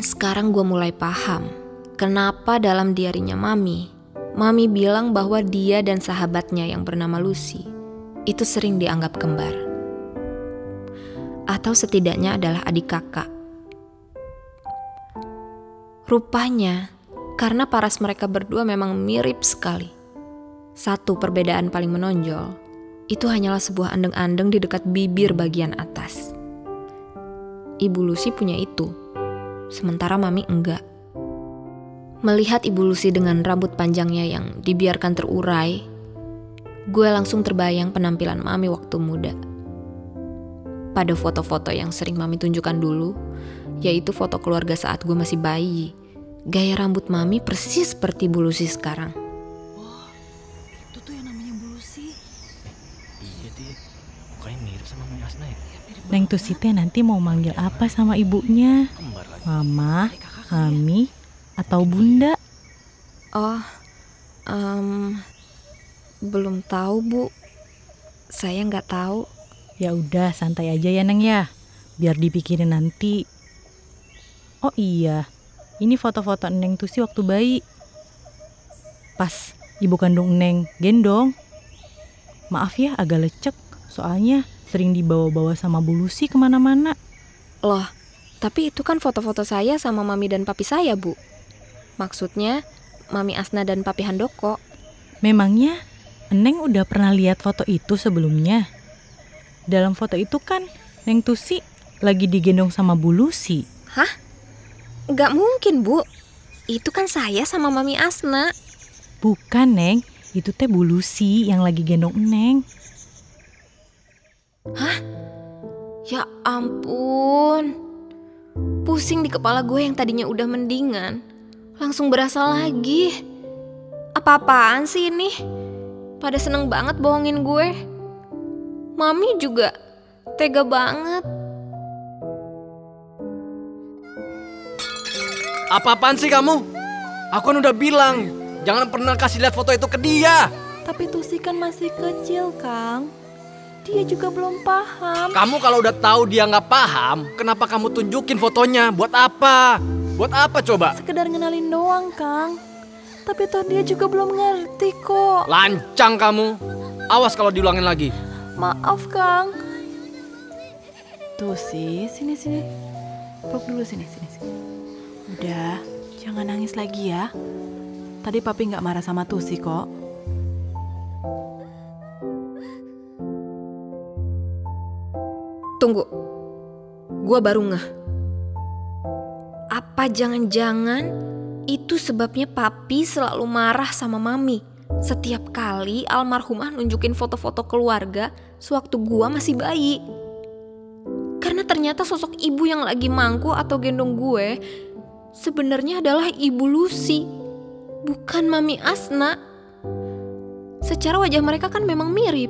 Sekarang gue mulai paham kenapa dalam diarinya Mami bilang bahwa dia dan sahabatnya yang bernama Lucy itu sering dianggap kembar. Atau setidaknya adalah adik kakak. Rupanya, karena paras mereka berdua memang mirip sekali. Satu perbedaan paling menonjol, itu hanyalah sebuah andeng-andeng di dekat bibir bagian atas. Ibu Lucy punya itu, sementara Mami enggak. Melihat Ibu Lucy dengan rambut panjangnya yang dibiarkan terurai, gue langsung terbayang penampilan Mami waktu muda. Pada foto-foto yang sering Mami tunjukkan dulu, yaitu foto keluarga saat gue masih bayi, gaya rambut Mami persis seperti Bu Lucy sekarang. Wah, itu tuh yang namanya Bu Lucy. Iya dia, mukanya mirip sama Mami Asna ya. Neng Tusi teh nanti mau manggil apa sama ibunya? Kembar lagi. Mama, Mami, atau Bunda? Oh, belum tahu Bu. Saya nggak tahu. Ya udah, santai aja ya Neng ya, biar dipikirin nanti. Oh iya, ini foto-foto Neng Tusi waktu bayi. Pas ibu kandung Neng gendong. Maaf ya agak lecek, soalnya sering dibawa-bawa sama Bu Lucy kemana-mana. Loh, tapi itu kan foto-foto saya sama Mami dan Papi saya, Bu. Maksudnya, Mami Asna dan Papi Handoko. Memangnya Neng udah pernah lihat foto itu sebelumnya? Dalam foto itu kan Neng Tusi lagi digendong sama Bu Lucy. Hah? Nggak mungkin, Bu. Itu kan saya sama Mami Asna. Bukan Neng, itu teh Bu Lucy yang lagi gendong Neng. Hah? Ya ampun. Pusing di kepala gue yang tadinya udah mendingan, langsung berasa lagi. Apa-apaan sih ini? Pada seneng banget bohongin gue. Mami juga tega banget. Apa-apaan sih kamu? Aku kan udah bilang, jangan pernah kasih lihat foto itu ke dia. Tapi Tusi kan masih kecil, Kang. Dia juga belum paham. Kamu kalau udah tahu dia nggak paham, kenapa kamu tunjukin fotonya? Buat apa? Buat apa coba? Sekedar ngenalin doang, Kang. Tapi toh dia juga belum ngerti kok. Lancang kamu. Awas kalau diulangin lagi. Maaf, Kang. Tusi, sini. Peluk dulu sini. Udah, jangan nangis lagi ya. Tadi Papi nggak marah sama Tusi kok. Tunggu, gue baru ngeh. Apa jangan-jangan itu sebabnya Papi selalu marah sama Mami setiap kali almarhumah nunjukin foto-foto keluarga sewaktu gue masih bayi? Karena ternyata sosok ibu yang lagi mangku atau gendong gue sebenarnya adalah Ibu Lucy, bukan Mami Asna. Secara wajah mereka kan memang mirip.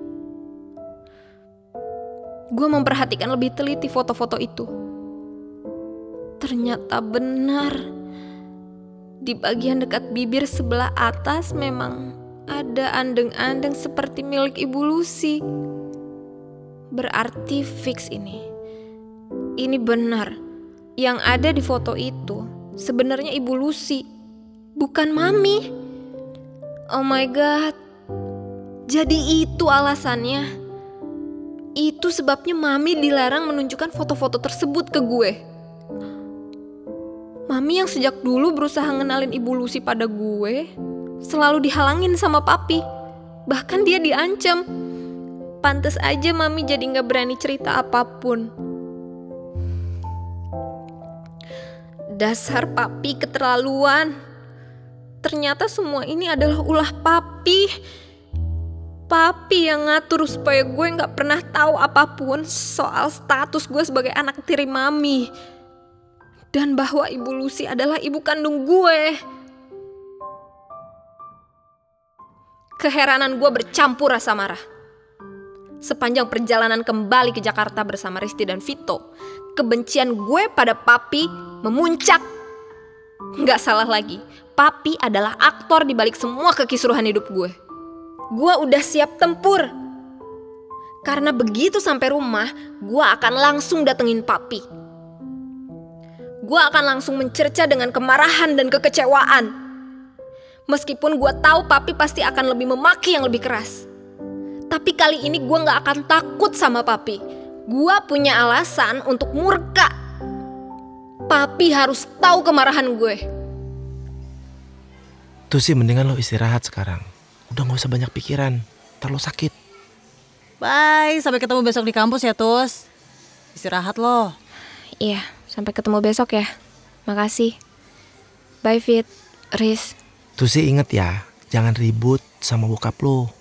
Gue memperhatikan lebih teliti foto-foto itu. Ternyata benar. Di bagian dekat bibir sebelah atas memang ada andeng-andeng seperti milik Ibu Lucy. Berarti fix ini. Ini benar. Yang ada di foto itu sebenarnya Ibu Lucy, bukan Mami. Oh my God. Jadi itu alasannya. Itu sebabnya Mami dilarang menunjukkan foto-foto tersebut ke gue. Mami yang sejak dulu berusaha ngenalin Ibu Lucy pada gue selalu dihalangin sama Papi. Bahkan dia diancam. Pantes aja Mami jadi gak berani cerita apapun. Dasar Papi keterlaluan. Ternyata semua ini adalah ulah Papi. Papi yang ngatur supaya gue gak pernah tahu apapun soal status gue sebagai anak tiri Mami. Dan bahwa Ibu Lucy adalah ibu kandung gue. Keheranan gue bercampur rasa marah. Sepanjang perjalanan kembali ke Jakarta bersama Risti dan Vito, kebencian gue pada Papi memuncak. Gak salah lagi, Papi adalah aktor di balik semua kekisruhan hidup gue. Gue udah siap tempur. Karena begitu sampai rumah, gue akan langsung datengin Papi. gue akan langsung mencerca dengan kemarahan dan kekecewaan. Meskipun gue tahu papi pasti akan lebih memaki yang lebih keras. Tapi kali ini gue gak akan takut sama papi. Gue punya alasan untuk murka. Papi harus tahu kemarahan gue. Tuh sih mendingan lo istirahat sekarang. Udah gak usah banyak pikiran, ntar lo sakit. Bye, sampai ketemu besok di kampus ya, Tus. Istirahat lo. Iya, sampai ketemu besok ya. Makasih. Bye Fit, Riz. Tuh sih inget ya, jangan ribut sama bokap lo.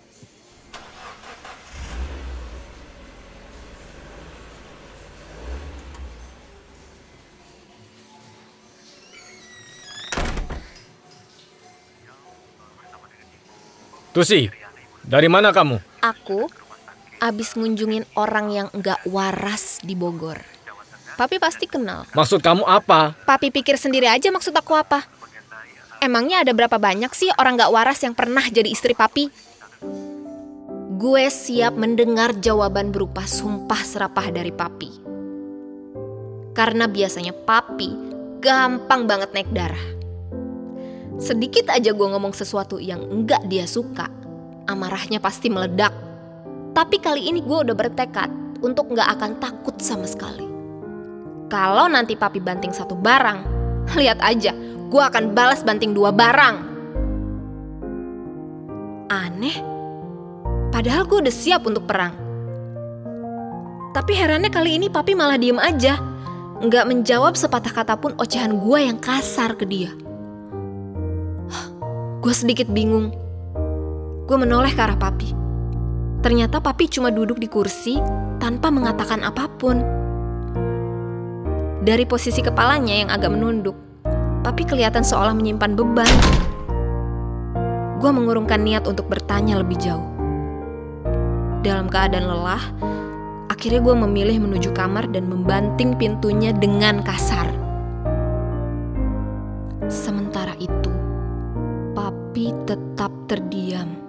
Tusi, dari mana kamu? Aku abis ngunjungin orang yang gak waras di Bogor. Papi pasti kenal. Maksud kamu apa? Papi pikir sendiri aja maksud aku apa. Emangnya ada berapa banyak sih orang gak waras yang pernah jadi istri papi? Gue siap mendengar jawaban berupa sumpah serapah dari papi. Karena biasanya papi gampang banget naik darah. Sedikit aja gue ngomong sesuatu yang enggak dia suka, amarahnya pasti meledak. Tapi kali ini gue udah bertekad untuk gak akan takut sama sekali. Kalau nanti papi banting satu barang, lihat aja, gue akan balas banting 2 barang. Aneh, padahal gue udah siap untuk perang. Tapi herannya kali ini papi malah diem aja, gak menjawab sepatah kata pun ocehan gue yang kasar ke dia. Gue sedikit bingung. Gue menoleh ke arah papi. Ternyata papi cuma duduk di kursi tanpa mengatakan apapun. Dari posisi kepalanya yang agak menunduk, papi kelihatan seolah menyimpan beban. Gue mengurungkan niat untuk bertanya lebih jauh. Dalam keadaan lelah, akhirnya gue memilih menuju kamar dan membanting pintunya dengan kasar. Sementara itu, papi tetap terdiam.